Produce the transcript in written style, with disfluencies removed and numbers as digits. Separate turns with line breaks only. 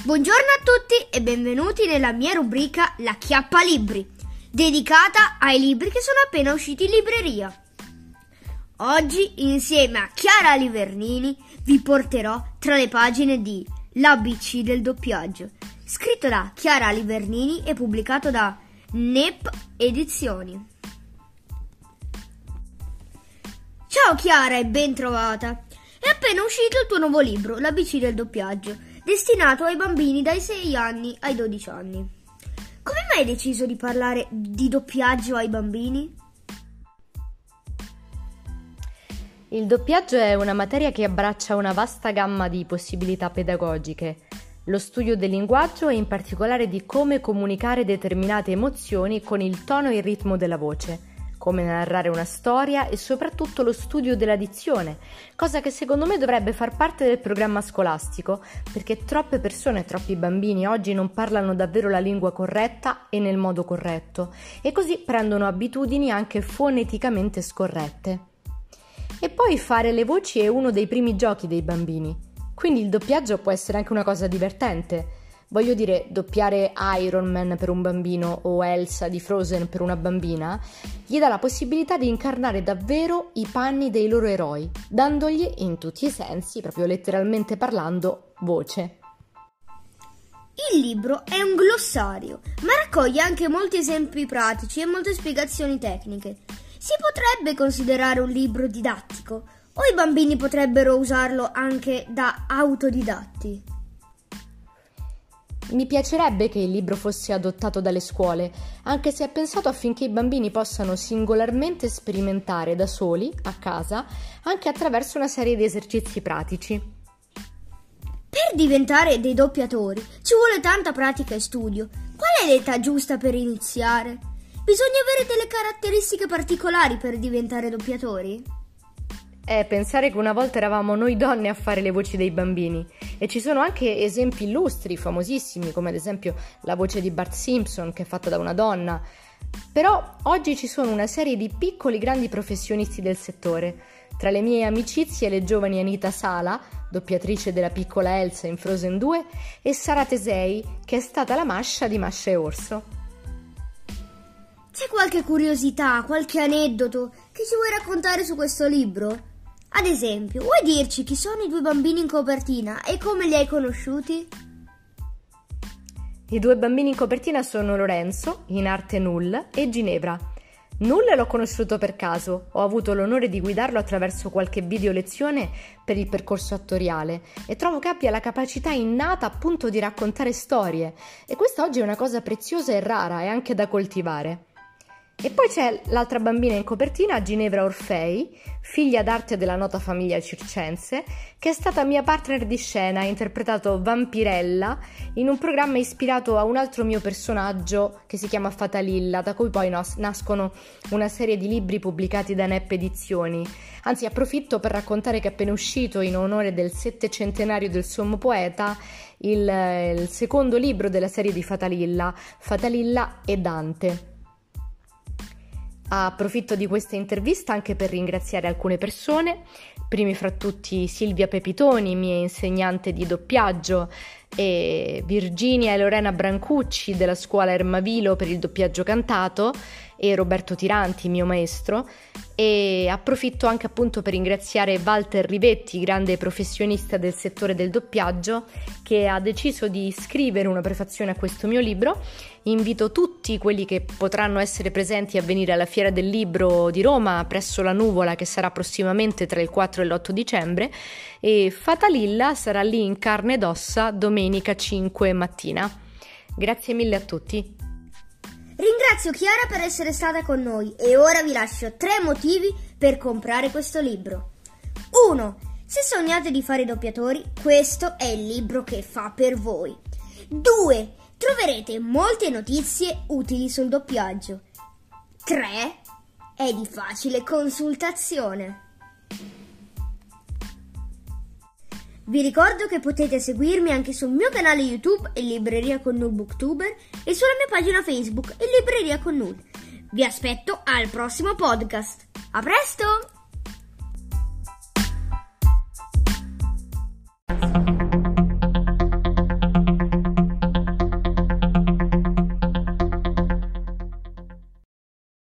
Buongiorno a tutti e benvenuti nella mia rubrica La Chiappa Libri, dedicata ai libri che sono appena usciti in libreria. Oggi, insieme a Chiara Livernini, vi porterò tra le pagine di L'ABC del doppiaggio, scritto da Chiara Livernini e pubblicato da NEP Edizioni. Ciao Chiara e ben trovata! È appena uscito il tuo nuovo libro, L'ABC del doppiaggio, destinato ai bambini dai 6 anni ai 12 anni. Come mai hai deciso di parlare di doppiaggio ai bambini?
Il doppiaggio è una materia che abbraccia una vasta gamma di possibilità pedagogiche. Lo studio del linguaggio e in particolare di come comunicare determinate emozioni con il tono e il ritmo della voce, come narrare una storia e soprattutto lo studio della dizione, cosa che secondo me dovrebbe far parte del programma scolastico, perché troppe persone, troppi bambini oggi non parlano davvero la lingua corretta e nel modo corretto, e così prendono abitudini anche foneticamente scorrette. E poi fare le voci è uno dei primi giochi dei bambini, quindi il doppiaggio può essere anche una cosa divertente. Voglio dire, doppiare Iron Man per un bambino o Elsa di Frozen per una bambina gli dà la possibilità di incarnare davvero i panni dei loro eroi, dandogli in tutti i sensi, proprio letteralmente parlando, voce.
Il libro è un glossario, ma raccoglie anche molti esempi pratici e molte spiegazioni tecniche. Si potrebbe considerare un libro didattico, o i bambini potrebbero usarlo anche da autodidatti?
Mi piacerebbe che il libro fosse adottato dalle scuole, anche se è pensato affinché i bambini possano singolarmente sperimentare da soli, a casa, anche attraverso una serie di esercizi pratici.
Per diventare dei doppiatori ci vuole tanta pratica e studio. Qual è l'età giusta per iniziare? Bisogna avere delle caratteristiche particolari per diventare doppiatori?
Pensare che una volta eravamo noi donne a fare le voci dei bambini, e ci sono anche esempi illustri, famosissimi, come ad esempio la voce di Bart Simpson, che è fatta da una donna. Però oggi ci sono una serie di piccoli grandi professionisti del settore. Tra le mie amicizie le giovani Anita Sala, doppiatrice della piccola Elsa in Frozen 2, e Sara Tesei, che è stata la Masha di Masha e Orso.
C'è qualche curiosità, qualche aneddoto che ci vuoi raccontare su questo libro? Ad esempio, vuoi dirci chi sono i 2 bambini in copertina e come li hai conosciuti?
I 2 bambini in copertina sono Lorenzo, in arte Null, e Ginevra. Null l'ho conosciuto per caso, ho avuto l'onore di guidarlo attraverso qualche video lezione per il percorso attoriale e trovo che abbia la capacità innata appunto di raccontare storie, e questa oggi è una cosa preziosa e rara e anche da coltivare. E poi c'è l'altra bambina in copertina, Ginevra Orfei, figlia d'arte della nota famiglia circense, che è stata mia partner di scena, ha interpretato Vampirella in un programma ispirato a un altro mio personaggio che si chiama Fatalilla, da cui poi nascono una serie di libri pubblicati da NEP Edizioni. Anzi, approfitto per raccontare che è appena uscito, in onore del 700° del sommo poeta, il secondo libro della serie di Fatalilla, Fatalilla e Dante. Approfitto di questa intervista anche per ringraziare alcune persone, primi fra tutti Silvia Pepitoni, mia insegnante di doppiaggio, e Virginia e Lorena Brancucci della scuola Ermavilo per il doppiaggio cantato, e Roberto Tiranti, mio maestro, e approfitto anche appunto per ringraziare Walter Rivetti, grande professionista del settore del doppiaggio, che ha deciso di scrivere una prefazione a questo mio libro. Invito tutti quelli che potranno essere presenti a venire alla Fiera del Libro di Roma presso la Nuvola, che sarà prossimamente tra il 4 e l'8 dicembre, e Fatalilla sarà lì in carne ed ossa domenica 5 mattina. Grazie mille a tutti.
Ringrazio Chiara per essere stata con noi e ora vi lascio 3 motivi per comprare questo libro. 1. Se sognate di fare doppiatori, questo è il libro che fa per voi. 2. Troverete molte notizie utili sul doppiaggio. 3. È di facile consultazione. Vi ricordo che potete seguirmi anche sul mio canale YouTube e Libreria con Null Booktuber e sulla mia pagina Facebook e Libreria con Null. Vi aspetto al prossimo podcast. A presto!